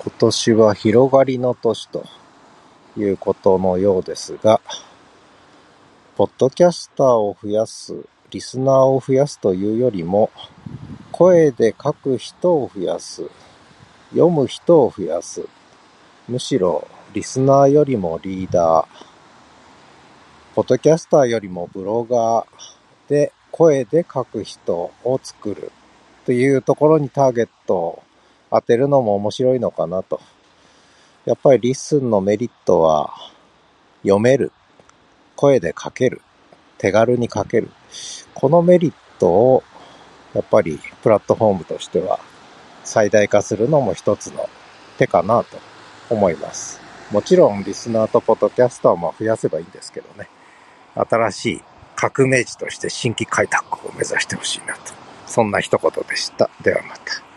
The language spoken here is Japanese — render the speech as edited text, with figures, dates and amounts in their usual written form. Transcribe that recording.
今年は広がりの年ということのようですが、ポッドキャスターを増やす、リスナーを増やすというよりも、声で書く人を増やす、読む人を増やす、むしろリスナーよりもリーダー、ポッドキャスターよりもブロガーで声で書く人を作るというところにターゲットを当てるのも面白いのかなと。やっぱりリスンのメリットは読める、声で書ける、手軽に書ける。このメリットをやっぱりプラットフォームとしては最大化するのも一つの手かなと思います。もちろんリスナーとポッドキャスターも増やせばいいんですけどね。新しい革命児として新規開拓を目指してほしいなと。そんな一言でした。ではまた。